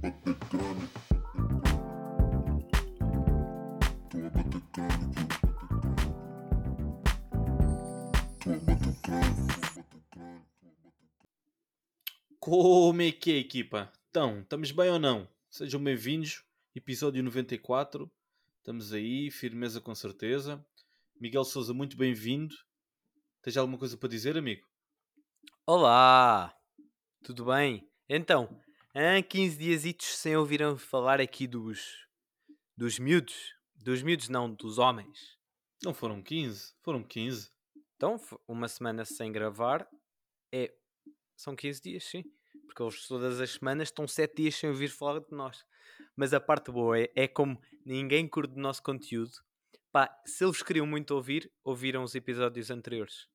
Como é que é, equipa? Então, estamos bem ou não? Sejam bem-vindos, episódio 94. Estamos aí, firmeza com certeza. Miguel Sousa, muito bem-vindo. Tens alguma coisa para dizer, amigo? Olá, tudo bem? Então, há 15 diasitos sem ouviram falar aqui dos miúdos? Dos miúdos não, dos homens. Não foram 15? Foram 15. Então, uma semana sem gravar são 15 dias, sim. Porque eles todas as semanas estão 7 dias sem ouvir falar de nós. Mas a parte boa é como ninguém curte do nosso conteúdo. Pá, se eles queriam muito ouvir, ouviram os episódios anteriores.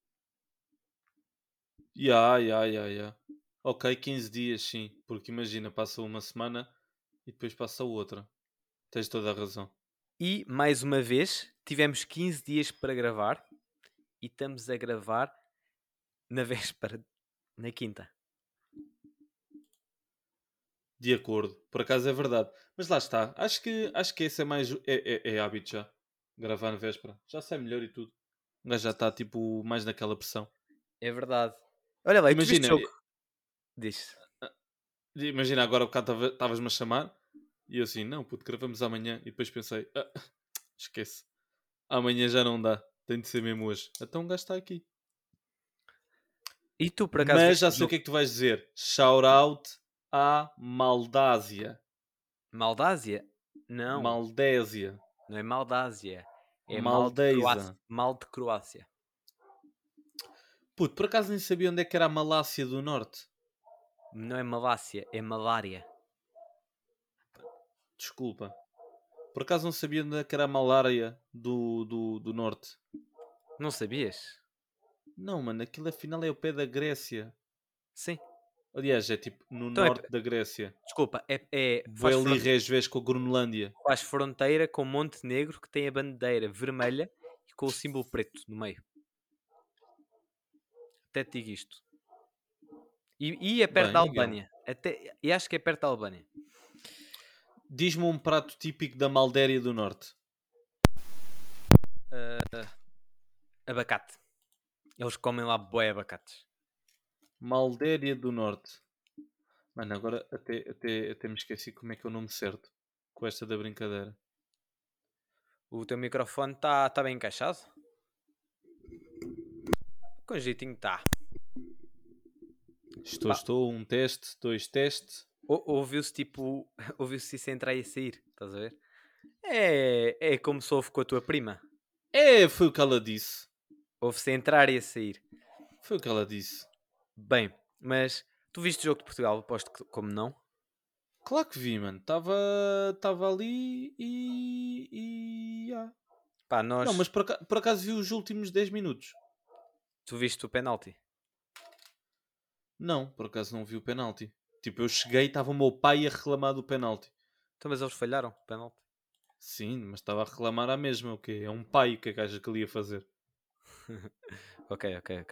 Ya. Ok, 15 dias, sim. Porque imagina, passa uma semana e depois passa outra. Tens toda a razão. E, mais uma vez, tivemos 15 dias para gravar. E estamos a gravar na véspera, na quinta. De acordo. Por acaso é verdade. Mas lá está. Acho que esse é mais... É hábito já. Gravar na véspera. Já sai melhor e tudo. O gajo já está tipo mais naquela pressão. É verdade. Olha lá, e tu viste Imagina, o jogo? Diz. imagina agora o bocado estavas-me a chamar e eu assim, não, puto, gravamos amanhã. E depois pensei, esquece. Amanhã já não dá. Tem de ser mesmo hoje. Então o gajo está aqui. E tu, por acaso, Mas viste já o sei o jogo? que é que tu vais dizer. Shout out à Maldásia. Maldásia? Não, Maldésia. não é Maldásia. É mal de Croácia. Maldeza. Mal de Croácia. Puto, por acaso nem sabia onde é que era a Malásia do Norte. Não é Malásia, é malária. Desculpa. Por acaso não sabia onde é que era a malária do Norte. Não sabias? Não, mano, aquilo afinal é ao pé da Grécia. Sim. Aliás, é tipo no Então norte da Grécia. desculpa, Bué ali resvés com a Groenlândia. faz fronteira com Montenegro, que tem a bandeira vermelha e com o símbolo preto no meio. Até te digo isto. E é perto Bem, da Miguel. Albânia. E acho que é perto da Albânia. Diz-me um prato típico da Maldéria do Norte. Abacate. Eles comem lá bué abacates. Maldéria do Norte. Mano, agora até me esqueci como é que é o nome certo. Com esta da brincadeira. O teu microfone está bem encaixado? Com jeitinho está. Estou. Um teste, dois testes. Ouviu-se tipo. Ouviu-se isso entrar e sair. Estás a ver? É como se ouve com a tua prima. Foi o que ela disse. Ouve-se entrar e a sair. Foi o que ela disse. Bem, mas tu viste o jogo de Portugal? Aposto que como não. Claro que vi, mano. Estava ali Pá, Não, mas nós. por acaso vi os últimos 10 minutos. Tu viste o penalti? Não, por acaso não vi o penalti. Tipo, eu cheguei e estava o meu pai a reclamar do penalti. Então, mas eles falharam o penalti. Sim, mas estava a reclamar à mesma. O quê? É um pai, o que é que acha que ele ia fazer? Ok.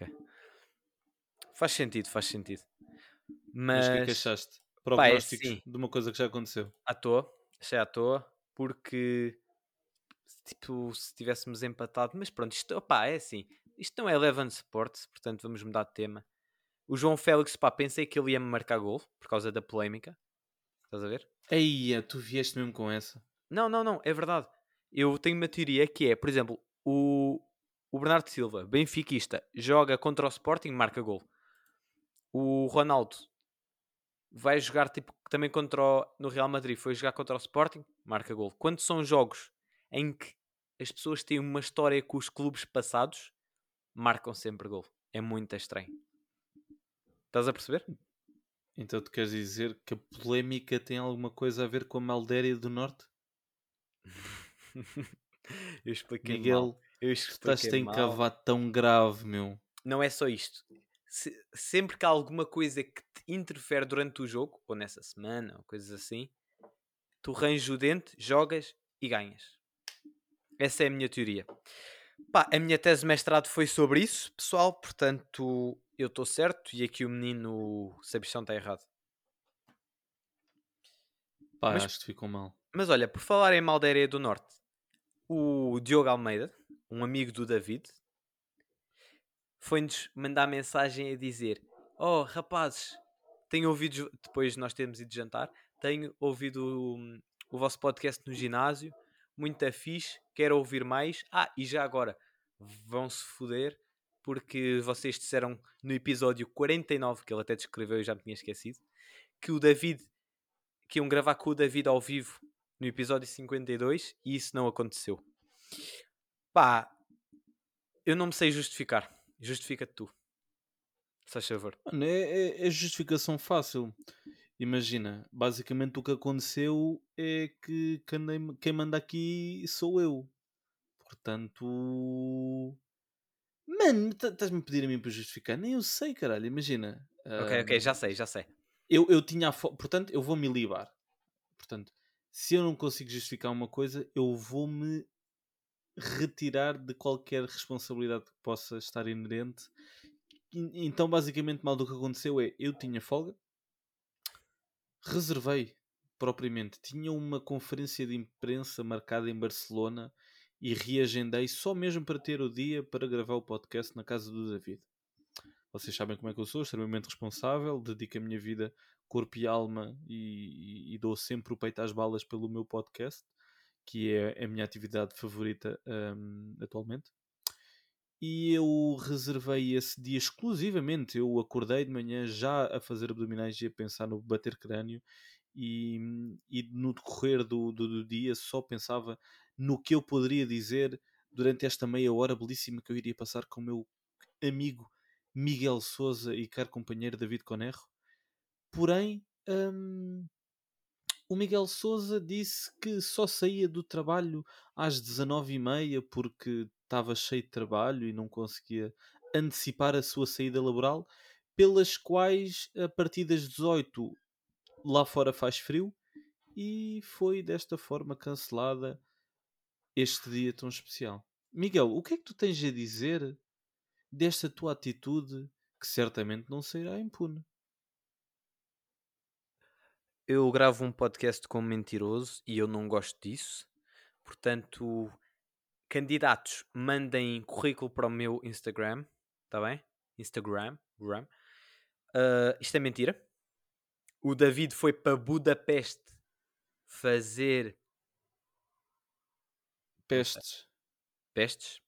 Faz sentido, faz sentido. Mas o que é que Mas. achaste? Pá, é Prognósticos assim. de uma coisa que já aconteceu. À toa. Achei à toa. Porque. Tipo, se tivéssemos empatado. Mas pronto, isto, opá, é assim. Isto não é Eleven Sports, portanto vamos mudar de tema. O João Félix, pá, pensei que ele ia me marcar gol por causa da polémica. Estás a ver? Eia, tu vieste mesmo com essa. Não, é verdade. Eu tenho uma teoria que é, por exemplo, o Bernardo Silva, benfiquista, joga contra o Sporting, marca gol. O Ronaldo vai jogar tipo também no Real Madrid, foi jogar contra o Sporting, marca gol. Quando são jogos em que as pessoas têm uma história com os clubes passados, marcam sempre gol. É muito estranho. Estás a perceber? Então tu queres dizer que a polémica tem alguma coisa a ver com a Maldéria do Norte? Eu expliquei mal. Miguel, Eu tu estás-te expliquei a mal. encavar tão grave, meu. Não é só isto. Sempre que há alguma coisa que te interfere durante o jogo, ou nessa semana, ou coisas assim, tu ranges o dente, jogas e ganhas. Essa é a minha teoria. Pá, a minha tese de mestrado foi sobre isso, pessoal, portanto eu estou certo e aqui o menino Sabichão está errado. Pá, Mas, acho que ficou mal. mas olha, por falar em mal da Areia do Norte, o Diogo Almeida, um amigo do David, foi-nos mandar mensagem a dizer: Oh, rapazes, tenho ouvido, depois de nós termos ido jantar, tenho ouvido o vosso podcast no ginásio, muito fixe, quero ouvir mais. Ah, e já agora, vão-se foder, porque vocês disseram no episódio 49, que ele até descreveu e já me tinha esquecido, que o David, que iam gravar com o David ao vivo no episódio 52, e isso não aconteceu. Pá, eu não me sei justificar. Justifica-te tu, se faz favor. Mano, é justificação fácil. Imagina, basicamente o que aconteceu é que quem manda aqui sou eu. Portanto, mano, estás-me a pedir a mim para justificar? Nem eu sei, caralho. Imagina, Ok, ok, já sei, já sei. eu tinha portanto, eu vou-me libar. Portanto, se eu não consigo justificar uma coisa, eu vou-me retirar de qualquer responsabilidade que possa estar inerente. Então, basicamente, mal do que aconteceu é, eu tinha folga, reservei propriamente, tinha uma conferência de imprensa marcada em Barcelona e reagendei só mesmo para ter o dia para gravar o podcast na casa do David. Vocês sabem como é que eu sou, extremamente responsável, dedico a minha vida, corpo e alma e dou sempre o peito às balas pelo meu podcast, que é a minha atividade favorita atualmente. E eu reservei esse dia exclusivamente. Eu acordei de manhã já a fazer abdominais e a pensar no bater crânio, e no decorrer do dia só pensava no que eu poderia dizer durante esta meia hora belíssima que eu iria passar com o meu amigo Miguel Souza e caro companheiro David Conerro. Porém, o Miguel Souza disse que só saía do trabalho às 19h30 porque estava cheio de trabalho e não conseguia antecipar a sua saída laboral, pelas quais a partir das 18 lá fora faz frio, e foi desta forma cancelada este dia tão especial. Miguel, o que é que tu tens a dizer desta tua atitude que certamente não sairá impune? Eu gravo um podcast como mentiroso e eu não gosto disso. Portanto, candidatos, mandem currículo para o meu Instagram. Está bem? Instagram. Isto é mentira. O David foi para Budapeste fazer não sei, Pestes. pestes.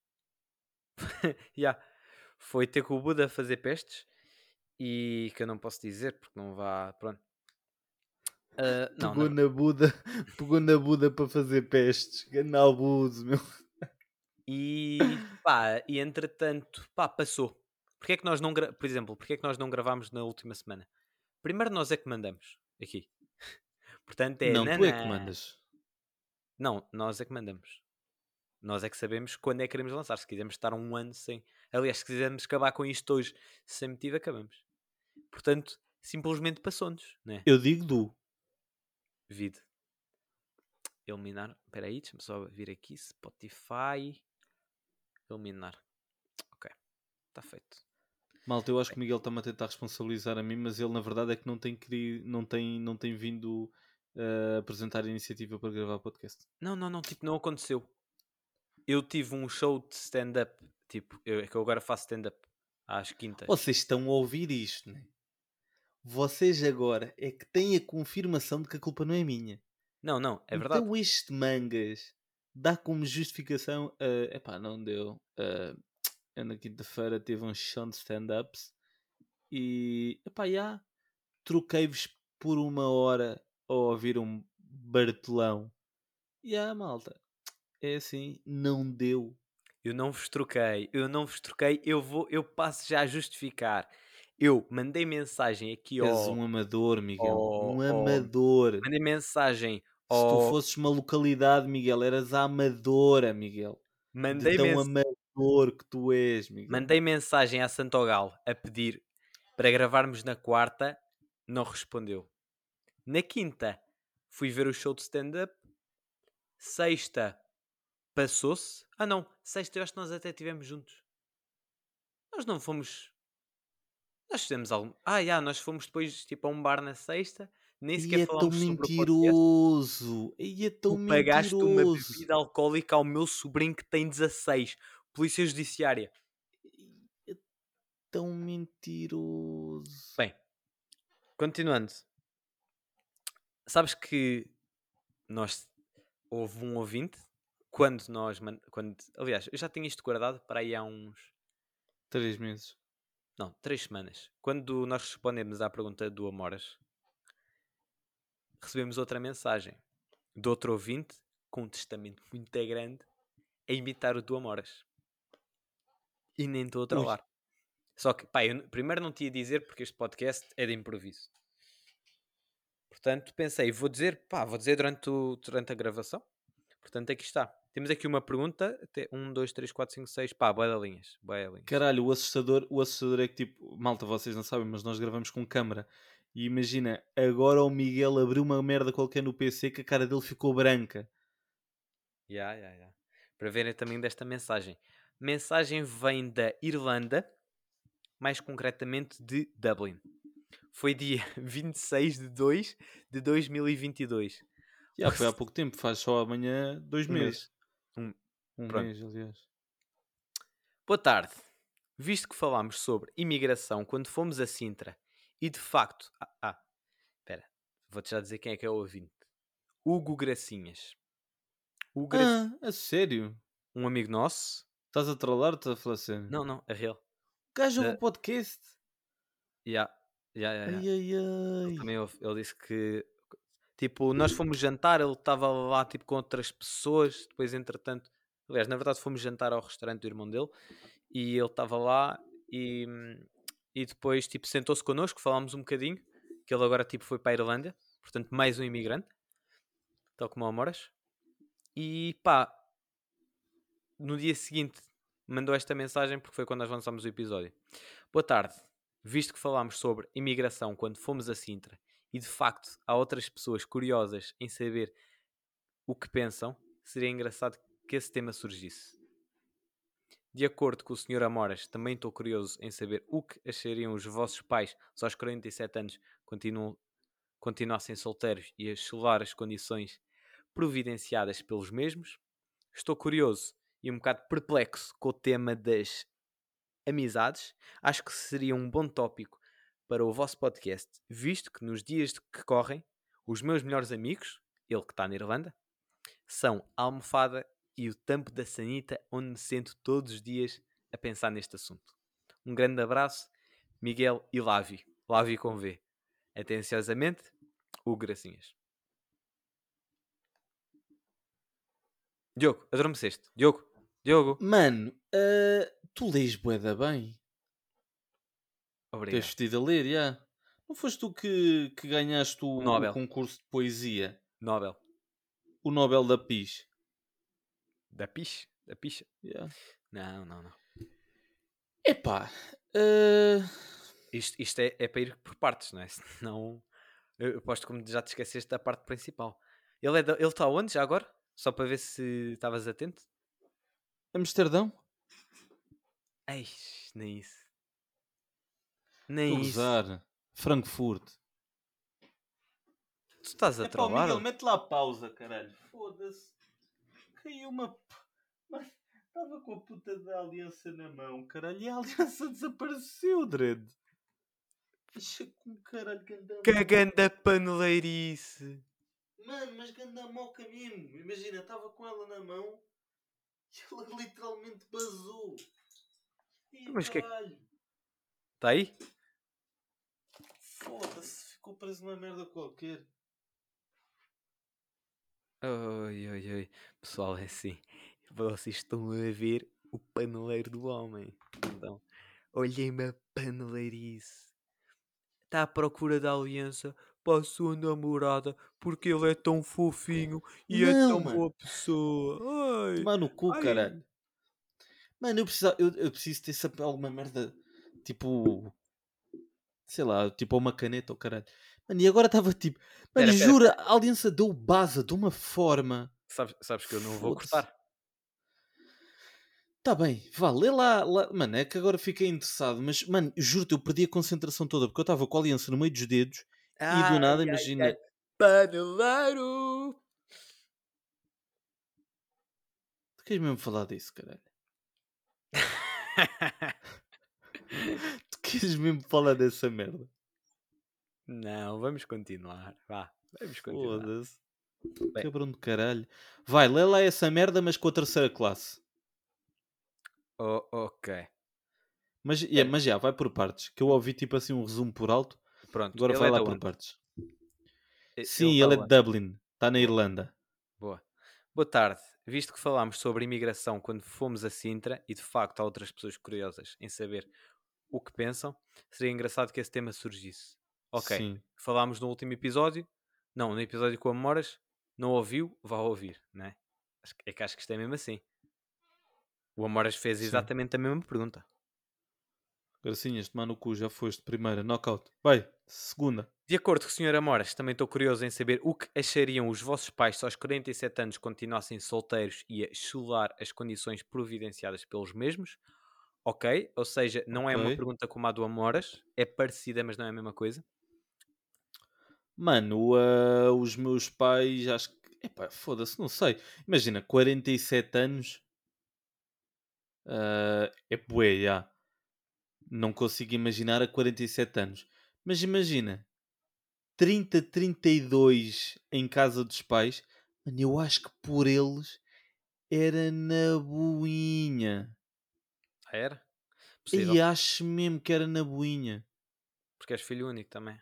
Yeah. Foi ter com o Buda fazer pestes. E que eu não posso dizer porque não vá. Pronto. Não, Pegou na Buda, pegou na Buda para fazer pestes. Grande abuso, meu. E pá, e entretanto, pá, passou. Porque é que nós não, por exemplo, porque é que nós não gravámos na última semana? Primeiro nós é que mandamos aqui. Portanto é Não, tu é que nanã. mandas. Não, nós é que mandamos. Nós é que sabemos quando é que queremos lançar. Se quisermos estar um ano sem. Aliás, se quisermos acabar com isto hoje sem motivo, acabamos. Portanto, simplesmente passou-nos, né? Eu digo do. Vide. Eliminar. Espera aí, deixa-me só vir aqui. Spotify. Eliminar. Ok, está feito. Malta, eu acho que o Miguel está-me a tentar responsabilizar a mim, mas ele na verdade é que não tem vindo a apresentar a iniciativa para gravar o podcast. Não, tipo, não aconteceu. Eu tive um show de stand-up. Tipo, é que eu agora faço stand-up às quintas. Vocês estão a ouvir isto, né? Vocês agora é que têm a confirmação de que a culpa não é minha. Não, é verdade. Então este mangas dá como justificação, epá, não deu. Eu na quinta-feira teve um show de stand-ups e, epá, já, troquei-vos por uma hora a ouvir um Bartolão. E malta, é assim, não deu. Eu não vos troquei. Eu passo já a justificar. Eu mandei mensagem aqui És um amador, Miguel. ao, Um ao- amador. mandei mensagem Se tu ao, fosses uma localidade, Miguel, eras a amadora, Miguel. De mandei, tão mens, amador que tu és, Miguel. mandei mensagem à Santogal a pedir para gravarmos na quarta. Não respondeu. Na quinta, fui ver o show de stand-up. Sexta, passou-se. Ah, não. Sexta, eu acho que nós até estivemos juntos. Nós não fomos. Nós fizemos algo. Nós fomos depois tipo a um bar na sexta. Nem E sequer é tão falámos sobre o podcast. mentiroso. E é tão Tu pagaste uma mentiroso. bebida alcoólica ao meu sobrinho que tem 16. Polícia Judiciária. É tão mentiroso. Bem, continuando. Sabes que nós houve um ouvinte quando nós aliás, eu já tinha isto guardado para aí há uns 3 meses. não, 3 semanas. Quando nós respondemos à pergunta do Amoras, recebemos outra mensagem de outro ouvinte com um testamento muito grande a imitar o do Amoras. E nem estou a Ui. trollar. Só que, pá, eu primeiro não te ia dizer porque este podcast é de improviso. Portanto, pensei, vou dizer durante a gravação. Portanto, aqui está. Temos aqui uma pergunta. 1, 2, 3, 4, 5, 6. Pá, bué de linhas. Caralho, o assustador é que tipo, malta, vocês não sabem, mas nós gravamos com câmara. E imagina, agora o Miguel abriu uma merda qualquer no PC que a cara dele ficou branca. Ya. Para verem também desta mensagem. Mensagem vem da Irlanda, mais concretamente de Dublin. Foi dia 26 de 2 de 2022. Já foi há pouco tempo, faz só amanhã 2 Um mês. meses. Um Pronto. mês, aliás. Boa tarde. Visto que falámos sobre imigração quando fomos a Sintra e de facto... espera. Vou-te já dizer quem é que é o ouvinte. Hugo Gracinhas. A sério? Um amigo nosso. Estás a trollar ou estás a falar sério? Não, é real. O gajo ouve Da- o podcast. Ya. Ai, ai, Ele ai. também ouve. Ele disse que... Tipo, nós fomos jantar, ele estava lá tipo, com outras pessoas, depois entretanto... Aliás, na verdade fomos jantar ao restaurante do irmão dele e ele estava lá e, e depois tipo, sentou-se connosco, falámos um bocadinho, que ele agora tipo, foi para a Irlanda, portanto mais um imigrante, tal como o Amoras. E pá, no dia seguinte mandou esta mensagem porque foi quando nós lançámos o episódio. Boa tarde, visto que falámos sobre imigração quando fomos a Sintra e de facto há outras pessoas curiosas em saber o que pensam, seria engraçado que esse tema surgisse. De acordo com o Sr. Amoras, também estou curioso em saber o que achariam os vossos pais se aos 47 anos continuassem solteiros e a chular as condições providenciadas pelos mesmos. Estou curioso e um bocado perplexo com o tema das amizades. Acho que seria um bom tópico para o vosso podcast, visto que nos dias que correm, os meus melhores amigos, ele que está na Irlanda, são a almofada e o tampo da sanita onde me sento todos os dias a pensar neste assunto. Um grande abraço, Miguel e Lavi. Lavi com V. Atenciosamente, o Gracinhas. Diogo, adormeceste. Diogo. Mano, tu lês bué da bem. Tens Obrigado. vestido a ler, já. Não foste tu que ganhaste o Nobel. concurso de poesia? Nobel. O Nobel da Pis? Da picha? Da picha? Yeah. Não. Epá, Isto é para ir por partes, não é? Senão, eu aposto como já te esqueceste da parte principal. Ele está onde já agora? Só para ver se estavas atento? Amsterdão? Eish, nem isso. Estou a Nem isso. gozar. Frankfurt. Tu estás a Epá, trollar? Miguel, mete lá a pausa, caralho. Foda-se. Caiu uma... Mano, estava com a puta da aliança na mão, caralho. E a aliança desapareceu, Dredd. Deixa com caralho, ganda Que ganda paneleirice. Mano, mas ganda moca mesmo. Imagina, estava com ela na mão e ela literalmente basou. E Mas que caralho. está aí? Foda-se, ficou preso numa merda qualquer. Oi. Pessoal, é assim. Vocês estão a ver o paneleiro do homem. Então, olhem-me a paneleirice. Está à procura da aliança para a sua namorada porque ele é tão fofinho e é Não, tão mano. boa pessoa. Ai, Tomar no cu, ai. caralho. Mano, eu preciso ter sempre alguma merda. Tipo. Sei lá, tipo uma caneta ou caralho. Mano, e agora estava tipo. Mano, Espera. jura, a aliança deu base de uma forma. Sabes que eu não vou Foda-se. cortar. Tá bem, vá, lê lá. Mano, é que agora fiquei interessado, mas, mano, juro-te, eu perdi a concentração toda porque eu estava com a aliança no meio dos dedos E do Ai, nada, ai, imagina, ai. Paneleiro! tu queres mesmo falar disso, caralho? Tu queres mesmo falar dessa merda? Não, vamos continuar. Vá, vamos continuar. Foda-se. Bem, Cabrão de caralho. Vai, lê lá essa merda, mas com a terceira classe. ok. Mas já, vai por partes. Que eu ouvi tipo assim um resumo por alto. Pronto, Agora ele vai é lá da por onde? partes. Ele Sim, está ele é de onde? Dublin. Está na Boa, Irlanda. boa. Boa tarde. Visto que falámos sobre imigração quando fomos a Sintra e de facto há outras pessoas curiosas em saber o que pensam, seria engraçado que esse tema surgisse. Ok, Sim, falámos no último episódio, não, no episódio com a Moras, não ouviu, vá ouvir, né? É que acho que isto é mesmo assim. O Amoras fez sim. exatamente a mesma pergunta. Gracinhas, tomar no cu, já foste. Primeira, knockout. Vai, segunda. De acordo com o Sr. Amoras, também estou curioso em saber o que achariam os vossos pais se aos 47 anos continuassem solteiros e a chular as condições providenciadas pelos mesmos. Ok, ou seja, não é Ok. uma pergunta como a do Amoras, é parecida, mas não é a mesma coisa. Mano, os meus pais, acho que. Epá, foda-se, não sei. Imagina, 47 anos. É bué, já. Não consigo imaginar a 47 anos. Mas imagina, 30, 32 em casa dos pais. Mano, eu acho que por eles era na boinha. Ah, era? E Possível, acho mesmo que era na boinha. porque és filho único também.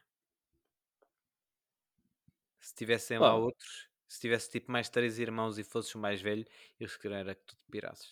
Se tivessem lá Pá, outros, se tivesse tipo mais três irmãos e fosses o mais velho, eles queriam era que tu te pirasses.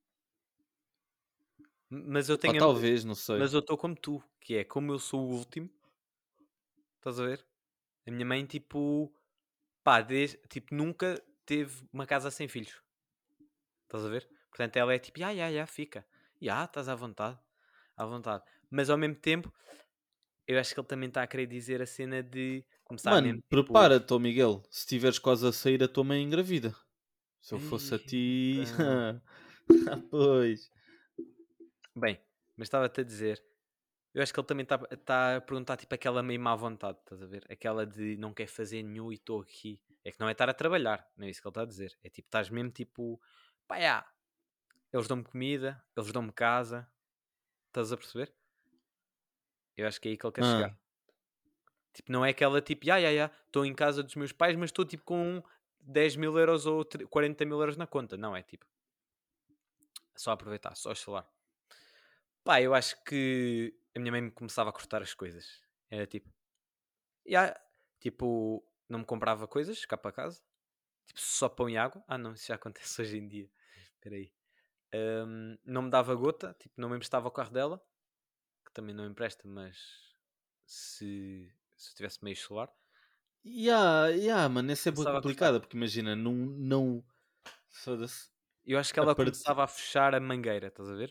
Mas eu pá, tenho, talvez, não sei. mas eu estou como tu, que é como eu sou o último, estás a ver? A minha mãe, tipo, pá, tipo, nunca teve uma casa sem filhos. Estás a ver? Portanto, ela é tipo, fica. Estás à vontade. À vontade. Mas ao mesmo tempo, eu acho que ele também está a querer dizer a cena de começar mesmo, Mano, tipo... prepara-te, ó Miguel. Se estiveres quase a sair, a tua mãe engravida. Se eu fosse a ti. Eita. Ah, pois. Bem, mas estava-te a dizer, eu acho que ele também está a perguntar, tipo, aquela meio má vontade, estás a ver? Aquela de não quer fazer nenhum e estou aqui. É que não é estar a trabalhar, não é isso que ele está a dizer. É tipo, estás mesmo tipo, pá, eles dão-me comida, eles dão-me casa, estás a perceber? Eu acho que é aí que ele quer chegar. Ah, Tipo, não é aquela tipo, estou em casa dos meus pais, mas estou tipo com 10 mil euros ou 40 mil euros na conta. Não, é tipo, só aproveitar, só chilar. Pá, eu acho que a minha mãe me começava a cortar as coisas. Era tipo, ya, tipo, não me comprava coisas cá para casa. Tipo, só pão e água. Ah, não, isso já acontece hoje em dia. Espera aí. Não me dava gota, tipo, não me emprestava o carro dela, que também não empresta, mas se eu tivesse meio solar, mano, essa é boa começava a cortar. complicada, porque imagina, não, foda-se, Eu acho que a ela partir, começava a fechar a mangueira, estás a ver?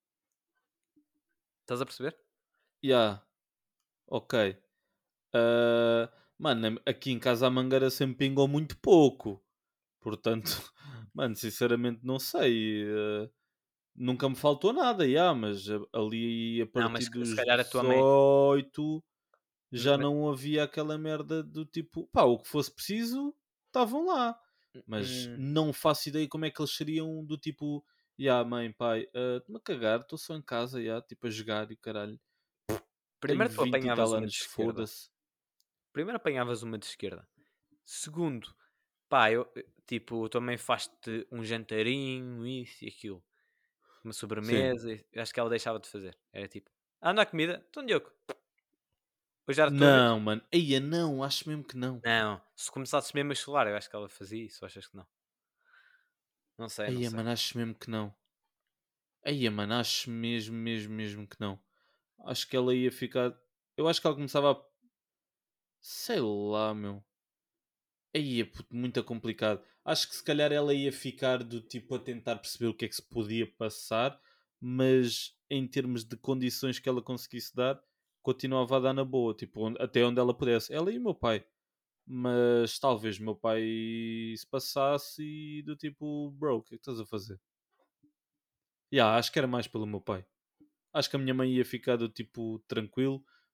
Estás a perceber? yeah, ok. Ah, mano, aqui em casa a mangueira sempre pingou muito pouco, portanto, mano, sinceramente não sei, nunca me faltou nada, mas ali a Não, mas partir se dos calhar a tua mãe. 18 já Mas, não havia aquela merda do tipo, pá, o que fosse preciso, estavam lá. Mas hum, não faço ideia como é que eles seriam do tipo, mãe, pai, estou-me a cagar, estou só em casa, tipo a jogar e o caralho. Tenho primeiro tu 20 e apanhavas tal uma de anos, esquerda. foda-se. Primeiro apanhavas uma de esquerda. Segundo, pá, eu, tipo, a tua mãe faz-te um jantarinho, isso e aquilo. Uma Sim. sobremesa. Eu acho que ela deixava de fazer. Era tipo, não há comida? Então, Diogo, hoje era a tua vez? Não, mano. Eia, não, acho mesmo que não. Não, se começasses mesmo a chorar, eu acho que ela fazia isso, ou achas que não? Não sei, não Eia, sei. mano, acho mesmo que não. Eia, mano, acho mesmo, mesmo, mesmo que não. Acho que ela ia ficar. Eu acho que ela começava a. Sei lá, meu. Aí, puto, muito complicado. Acho que se calhar ela ia ficar do tipo a tentar perceber o que é que se podia passar, mas em termos de condições que ela conseguisse dar, continuava a dar na boa, tipo, até onde ela pudesse. Ela e o meu pai. Mas talvez o meu pai se passasse e do tipo, bro, o que é que estás a fazer? Acho que era mais pelo meu pai. Acho que a minha mãe ia ficar do tipo tranquilo,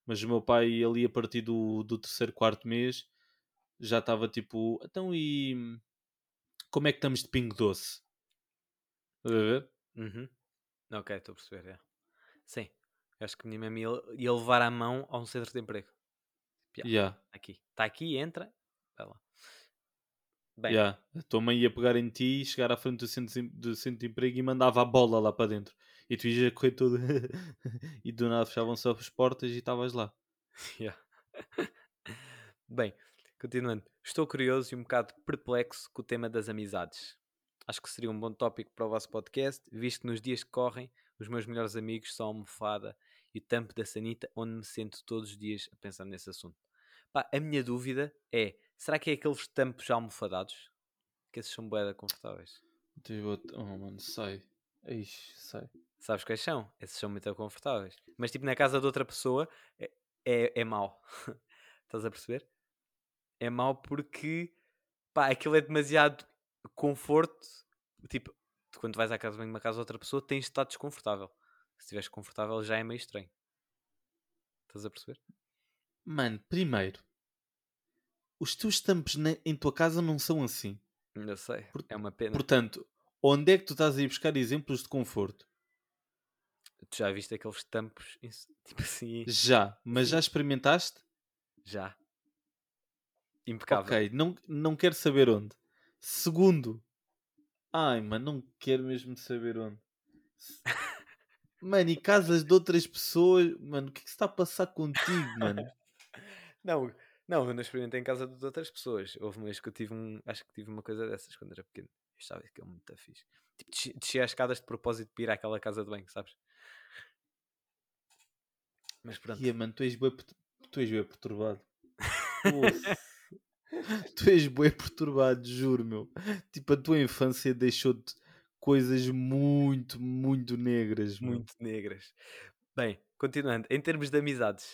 Mas o meu pai, ali a partir do terceiro, quarto mês, já estava tipo, então e como é que estamos de Pingo Doce? Estás a ver? Uhum. Ok, estou a perceber. É. Sim. Eu acho que a minha mãe ia levar a mão a um centro de emprego. Piá, Yeah, aqui. Está aqui, entra. Vai lá. Bem, yeah. A tua mãe ia pegar em ti, chegar à frente do centro de emprego e mandava a bola lá para dentro. E tu ias a correr todo. E do nada fechavam-se as portas e estavas lá. yeah. Bem, continuando. Estou curioso e um bocado perplexo com o tema das amizades. Acho que seria um bom tópico para o vosso podcast, visto que nos dias que correm, os meus melhores amigos são a almofada e o tampo da sanita, onde me sento todos os dias a pensar nesse assunto. Pá, a minha dúvida é, será que é aqueles tampos almofadados? Que esses são bué confortáveis. Oh, mano, sai. Ixi, sai. Sabes quais são? Esses são muito confortáveis. Mas tipo, na casa de outra pessoa é mau. Estás a perceber? É mau porque, pá, aquilo é demasiado conforto. Tipo, tu quando vais à casa de uma casa de outra pessoa tens de estar desconfortável. Se estiveres confortável já é meio estranho. Estás a perceber? Mano, primeiro, os teus tampos em tua casa não são assim. Eu sei, Por- é uma pena. Portanto, onde é que tu estás a ir buscar exemplos de conforto? Tu já viste aqueles tampos, tipo assim, Já, mas já assim? experimentaste? Já. Impecável. Ok, não quero saber onde. Segundo, ai, mano, não quero mesmo saber onde. S- Mano, e casas de outras pessoas, mano, o que é que se está a passar contigo, mano? Não, não, eu não experimentei em casa de outras pessoas. Houve uma vez que eu tive acho que tive uma coisa dessas quando era pequeno. Eu estava que é muito fixe. Tipo, desci as escadas de propósito para ir àquela casa de banho, sabes? Mas pronto. Ia, mano, tu és bué perturbado. Poça. Tu és bué perturbado, juro, meu. Tipo, a tua infância deixou-te coisas muito, muito negras, meu. Muito negras. Bem, continuando. Em termos de amizades,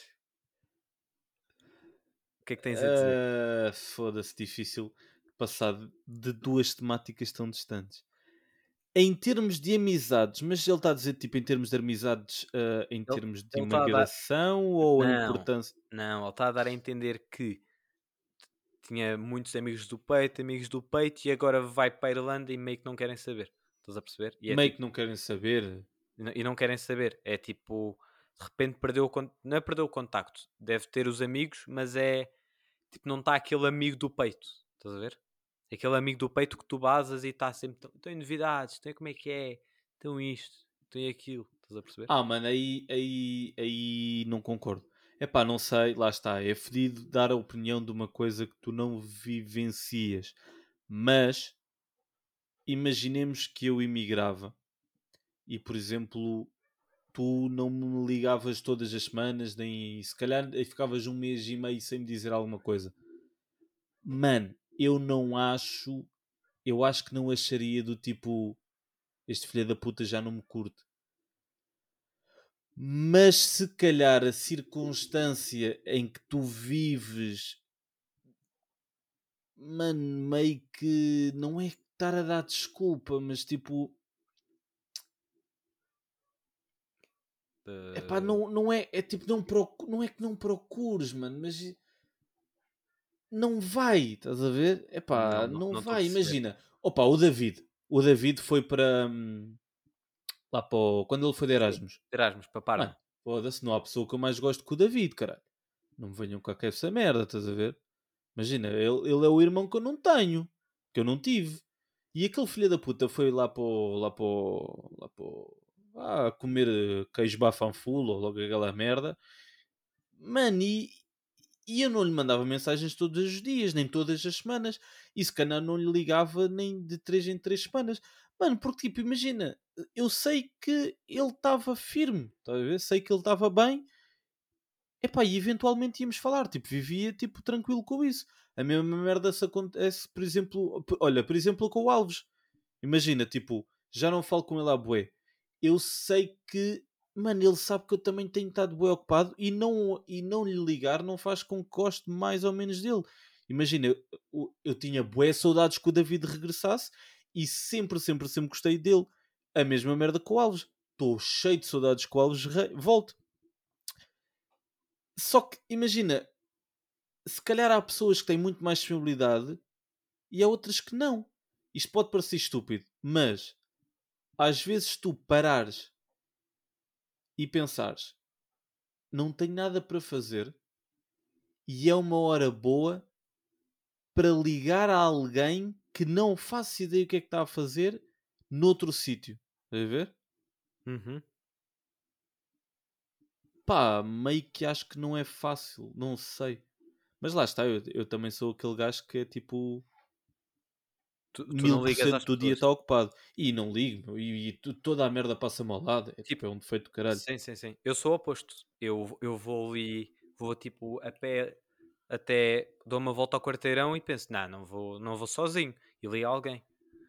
o que é que tens a dizer? Foda-se, difícil passar de duas temáticas tão distantes. Em termos de amizades, mas ele está a dizer tipo em termos de amizades, em Ele termos de ele está a dar. imigração ou a Não, importância. não, ele está a dar a entender que tinha muitos amigos do peito e agora vai para a Irlanda e meio que não querem saber. Estás a perceber? E é Meio tipo, que não querem saber. e não querem saber. É tipo, de repente perdeu não é perdeu o contacto, deve ter os amigos, mas é tipo, não está aquele amigo do peito. Estás a ver? Aquele amigo do peito que tu basas e está sempre, estão em novidades, estão como é que é, estão isto, estão aquilo. Estás a perceber? Ah, mano, aí não concordo. Epá, não sei, lá está. É fedido dar a opinião de uma coisa que tu não vivencias. Mas imaginemos que eu imigrava e, por exemplo, tu não me ligavas todas as semanas, nem se calhar ficavas um mês e meio sem me dizer alguma coisa. Mano, eu acho que não acharia do tipo, este filho da puta já não me curte. Mas se calhar a circunstância em que tu vives, mano, meio que não é estar a dar desculpa, mas tipo, epá, Eh, não é, é tipo, não é que não procures, mano, mas não vai, estás a ver? não, Epá, não, não não estou a vai, perceber. imagina. Opa, o David foi para, lá para quando ele foi de Sim, Erasmus. Erasmus, para Parma. Mano, foda-se, não há pessoa que eu mais gosto que o David, caralho. Não me venham com essa merda, estás a ver? Imagina, ele é o irmão que eu não tenho, que eu não tive. E aquele filho da puta foi lá para comer queijo bafanfulo ou logo aquela merda. Mano, e eu não lhe mandava mensagens todos os dias, nem todas as semanas. E se calhar não lhe ligava nem de 3 em 3 semanas. Mano, porque tipo, imagina, eu sei que ele estava firme, tá a ver? Sei que ele estava bem. Epá, e eventualmente íamos falar, tipo, vivia tipo tranquilo com isso. A mesma merda se acontece, por exemplo, olha, por exemplo, com o Alves. Imagina, tipo, já não falo com ele à bué. Eu sei que, mano, ele sabe que eu também tenho estado bué ocupado e não lhe ligar não faz com que goste mais ou menos dele. Imagina, eu tinha bué saudades que o David regressasse e sempre, sempre, sempre gostei dele. A mesma merda com o Alves. Estou cheio de saudades que o Alves volte. Só que, imagina, se calhar há pessoas que têm muito mais disponibilidade e há outras que não. Isto pode parecer estúpido, mas às vezes tu parares e pensares, não tenho nada para fazer e é uma hora boa para ligar a alguém que não faço ideia o que é que está a fazer noutro sítio. Estás a ver? Uhum. Pá, meio que acho que não é fácil, não sei. Mas lá está, eu também sou aquele gajo que é tipo Tu mil não por ligas cento às do dia está pessoas. ocupado. E não ligo, meu, e toda a merda passa-me ao lado. É tipo, Tipo, é um defeito do caralho. sim, sim, sim. Eu sou o oposto. Eu vou ali, vou tipo a pé até dou uma volta ao quarteirão e penso, não vou sozinho. E ligo a alguém.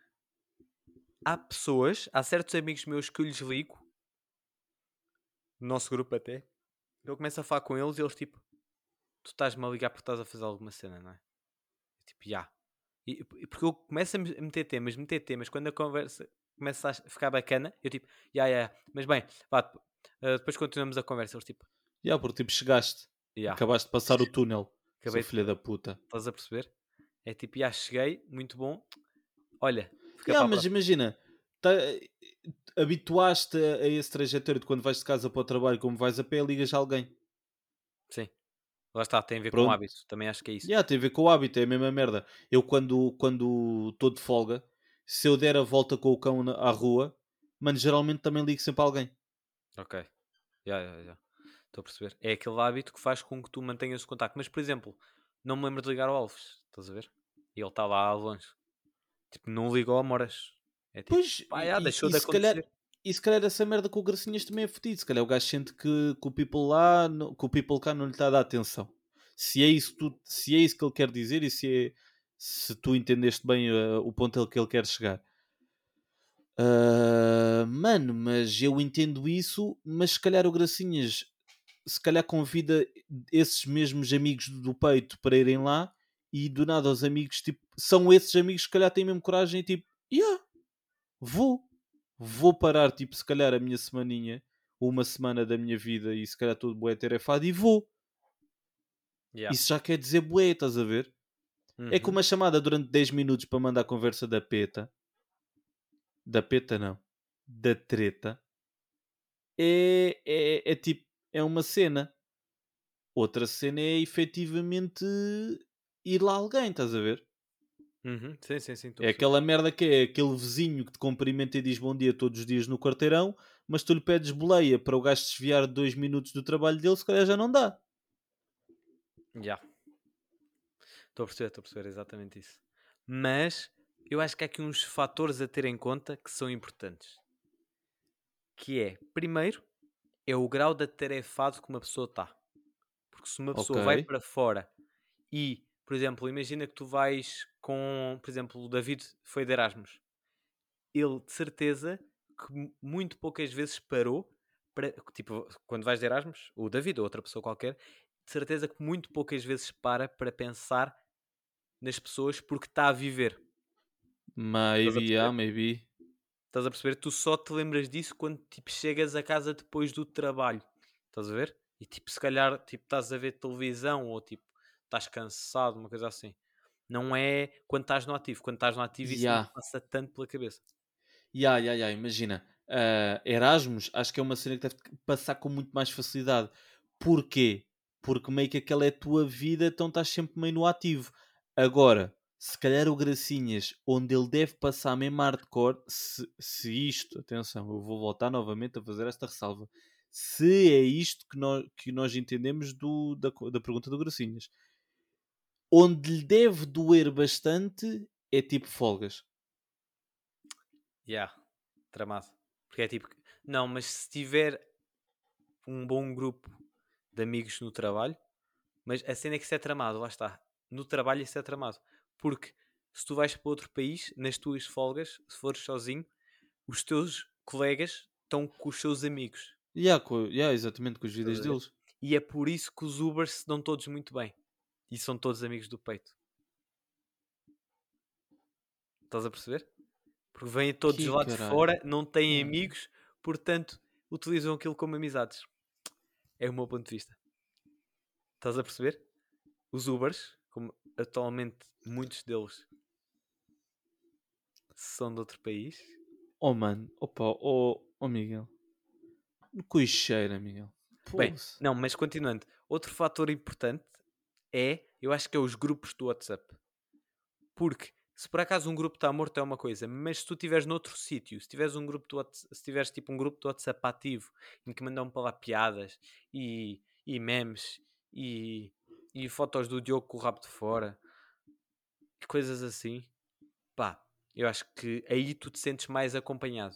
Há certos amigos meus que eu lhes ligo, no nosso grupo até, eu começo a falar com eles e eles tipo, tu estás-me a ligar porque estás a fazer alguma cena, não é? Eu, tipo, já. Porque eu começo a meter temas, quando a conversa começa a ficar bacana, eu tipo, já, mas bem, vá, depois continuamos a conversa. Eles tipo, Já, porque tipo, chegaste, já, acabaste de passar o túnel, seu acabei de, filho da puta. estás a perceber? É tipo, já cheguei, muito bom, olha, fica Já, para a mas próxima. imagina, tá- habituaste a esse trajetório de quando vais de casa para o trabalho, como vais a pé, ligas a alguém. Sim, lá está, tem a ver com Pronto. hábito, também acho que é isso. Já, tem a ver com o hábito, é a mesma merda. Eu quando estou de folga, se eu der a volta com o cão à rua, mano, geralmente também ligo sempre a alguém. Ok, já. Estou a perceber. É aquele hábito que faz com que tu mantenhas o contacto. Mas, por exemplo, não me lembro de ligar ao Alves, estás a ver? E ele está lá longe. Tipo, não ligou a Moras. É tipo, Pois, pá, já, e, deixou e de se calhar, acontecer. e se calhar essa merda com o Gracinhas também é fodido. Se calhar o gajo sente que o people lá, que o people cá não lhe está a dar atenção. Se é isso que ele quer dizer e se tu entendeste bem o ponto que ele quer chegar. Mano, mas eu entendo isso, mas se calhar o Gracinhas se calhar convida esses mesmos amigos do peito para irem lá e do nada os amigos, tipo, são esses amigos que se calhar têm mesmo coragem e tipo, yeah, vou, vou parar, tipo, se calhar a minha semaninha, ou uma semana da minha vida e se calhar todo bué tarefado e vou. Yeah. Isso já quer dizer bué, estás a ver? É que Uhum. uma chamada durante 10 minutos para mandar a conversa da peta não, da treta, é tipo, é uma cena. Outra cena é efetivamente ir lá alguém, estás a ver? Uhum. Sim, estou a É perceber. aquela merda que é aquele vizinho que te cumprimenta e diz bom dia todos os dias no quarteirão, mas tu lhe pedes boleia para o gajo desviar 2 minutos do trabalho dele, se calhar já não dá. Já. Estou a perceber exatamente isso. Mas eu acho que há aqui uns fatores a ter em conta que são importantes. Que é, primeiro, é o grau de atarefado que uma pessoa está. Porque se uma Ok. pessoa vai para fora e, por exemplo, imagina que tu vais com, por exemplo, o David foi de Erasmus. Ele, de certeza, que muito poucas vezes parou para, tipo, quando vais de Erasmus, o David ou outra pessoa qualquer, de certeza que muito poucas vezes para pensar nas pessoas porque está a viver. Estás a Maybe, yeah, perceber? maybe. Estás a perceber? Tu só te lembras disso quando tipo, chegas a casa depois do trabalho. Estás a ver? E tipo, se calhar tipo, estás a ver televisão ou tipo, estás cansado, uma coisa assim. Não é quando estás no ativo. Quando estás no ativo isso não te Yeah. passa tanto pela cabeça. Imagina. Erasmus, acho que é uma cena que deve passar com muito mais facilidade. Porquê? Porque meio que aquela é a tua vida, então estás sempre meio no ativo. Agora, se calhar o Gracinhas, onde ele deve passar mesmo hardcore, se isto, atenção, eu vou voltar novamente a fazer esta ressalva. Se é isto que nós entendemos da pergunta do Gracinhas, onde lhe deve doer bastante é tipo folgas. Yeah, tramado. Porque é tipo, não, mas se tiver um bom grupo de amigos no trabalho, mas a cena é que isso é tramado, lá está. No trabalho isso é tramado. Porque se tu vais para outro país, nas tuas folgas, se fores sozinho, os teus colegas estão com os seus amigos. Exatamente, com as Estás vidas a ver? deles. E é por isso que os Ubers se dão todos muito bem. E são todos amigos do peito. Estás a perceber? Porque vêm todos Que lá de caralho. fora, não têm Yeah. amigos, portanto utilizam aquilo como amizades. É o meu ponto de vista. Estás a perceber? Os Ubers, como atualmente muitos deles são de outro país. Oh, mano. Opa, oh Miguel. No coicheira, Miguel. Bem, Pô-se. não, mas continuando. Outro fator importante eu acho que é os grupos do WhatsApp. Porque se por acaso um grupo está morto é uma coisa, mas se tu estiveres noutro sítio, se tiveres um grupo do WhatsApp, se tiveres tipo um grupo do WhatsApp ativo em que mandam para lá piadas e memes e fotos do Diogo com o rabo de fora e coisas assim, pá, eu acho que aí tu te sentes mais acompanhado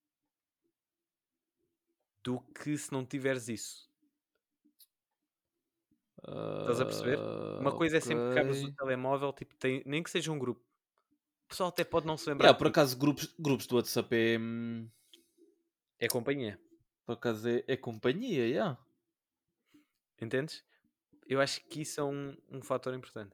do que se não tiveres isso. Estás a perceber? Uma coisa é sempre que abres o Ok. telemóvel, tipo, nem que seja um grupo. O pessoal até pode não se lembrar Yeah, de por ti. acaso, grupos do WhatsApp é. É companhia. Por acaso é companhia, yeah. Entendes? Eu acho que isso é um fator importante.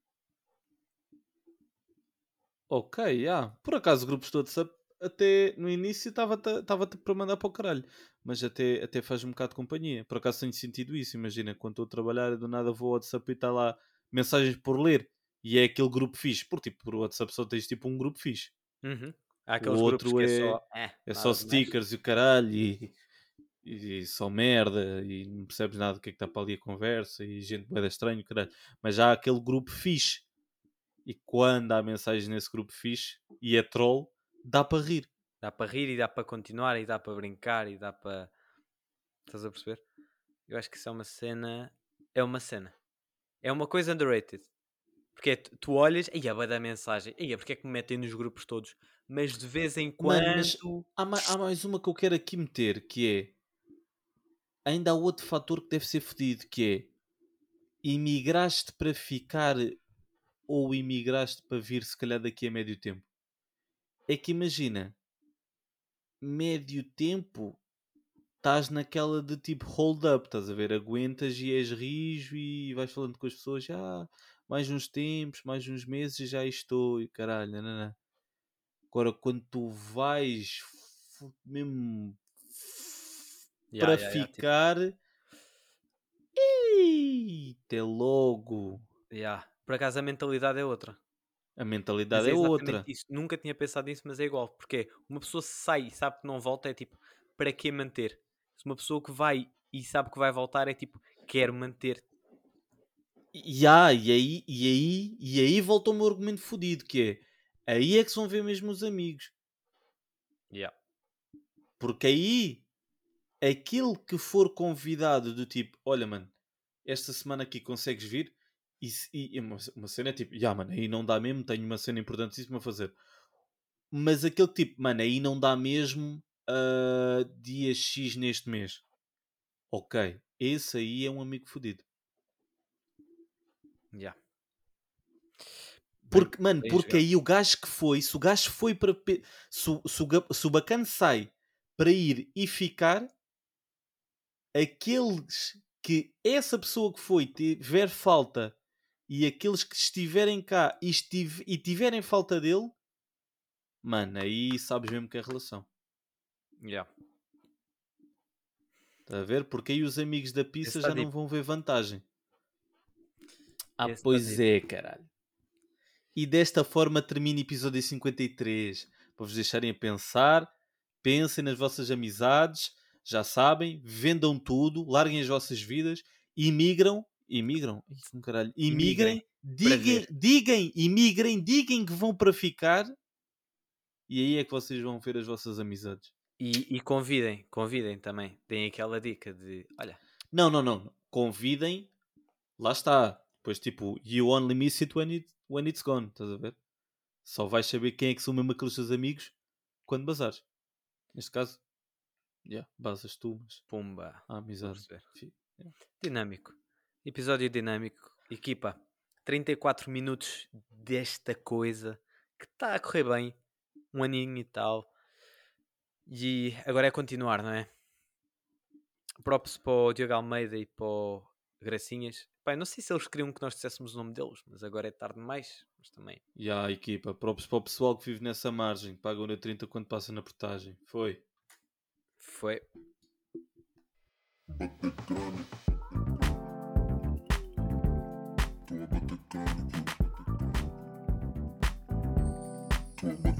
Ok, yeah. Por acaso, grupos do WhatsApp, até no início estava-te para mandar para o caralho. Mas até faz um bocado de companhia. Por acaso tenho sentido isso. Imagina, quando estou a trabalhar, do nada vou ao WhatsApp e está lá mensagens por ler. E é aquele grupo fixe. Porque tipo, por WhatsApp só tens tipo um grupo fixe. Uhum. Há O aqueles grupos outro que é é, só, é só nada demais. stickers e o caralho. E só merda. E não percebes nada do que é que está para ali a conversa. E gente bué da estranho, caralho. Mas já há aquele grupo fixe. E quando há mensagens nesse grupo fixe e é troll, dá para rir. Dá para rir e dá para continuar e dá para brincar e dá para... Estás a perceber? Eu acho que isso é uma cena... É uma cena. É uma coisa underrated. Porque tu olhas, aí vai dar mensagem, aí porque é que me metem nos grupos todos? Mas de vez em Mano, mas quando... há mais uma que eu quero aqui meter, que é... Ainda há outro fator que deve ser fedido, que é... Imigraste para ficar ou imigraste para vir se calhar daqui a médio tempo? É que imagina, médio tempo, estás naquela de tipo hold up, estás a ver? Aguentas e és rijo e vais falando com as pessoas, já mais uns tempos, mais uns meses e já estou e caralho, nanana. Agora, quando tu vais mesmo para Tipo, ficar, até logo. Por acaso a mentalidade é outra. A Mas mentalidade é é exatamente outra. isso. Nunca tinha pensado nisso, mas é igual. Porque uma pessoa sai e sabe que não volta, é tipo, para que manter? Se uma pessoa que vai e sabe que vai voltar, é tipo, quero manter. E aí volta o meu argumento fodido, que é aí é que se vão ver mesmo os amigos. Yeah. Porque aí, aquele que for convidado do tipo, olha mano, esta semana aqui consegues vir? E uma cena é tipo, mano, aí não dá mesmo, tenho uma cena importantíssima a fazer. Mas aquele tipo, mano, aí não dá mesmo dia X neste mês. Ok, esse aí é um amigo fodido. Yeah. Bem, Porque, mano, bem porque jogado. aí o gajo que foi, se o gajo foi para. Se o bacana sai para ir e ficar, aqueles que essa pessoa que foi tiver falta e aqueles que estiverem cá e tiverem falta dele, mano, aí sabes mesmo que é relação. Yeah. Está a ver? Porque aí os amigos da Esse pizza está já não deep. vão ver vantagem. Esse está Pois deep. é, caralho. E desta forma termina o episódio 53. Para vos deixarem a pensar, pensem nas vossas amizades, já sabem, vendam tudo, larguem as vossas vidas, imigram, caralho, Imigrem. imigrem, Para ver. digam que vão para ficar, e aí é que vocês vão ver as vossas amizades. E convidem também. Deem aquela dica de, olha, Não. Convidem, lá está. Depois, tipo, you only miss it when it's gone, estás a ver? Só vais saber quem é que são mesmo aqueles teus amigos quando bazares. Neste caso, basas tu, mas pumba. a Estou a amizade. perceber. Yeah. Dinâmico. Episódio dinâmico. Equipa, 34 minutos desta coisa que está a correr bem. Um aninho e tal. E agora é continuar, não é? Props para o Diogo Almeida e para o Gracinhas. Pai, não sei se eles queriam que nós disséssemos o nome deles, mas agora é tarde demais. Mas também. E a equipa, próprios para o pessoal que vive nessa margem, pagam na 30 quando passa na portagem. Foi. Foi. Uma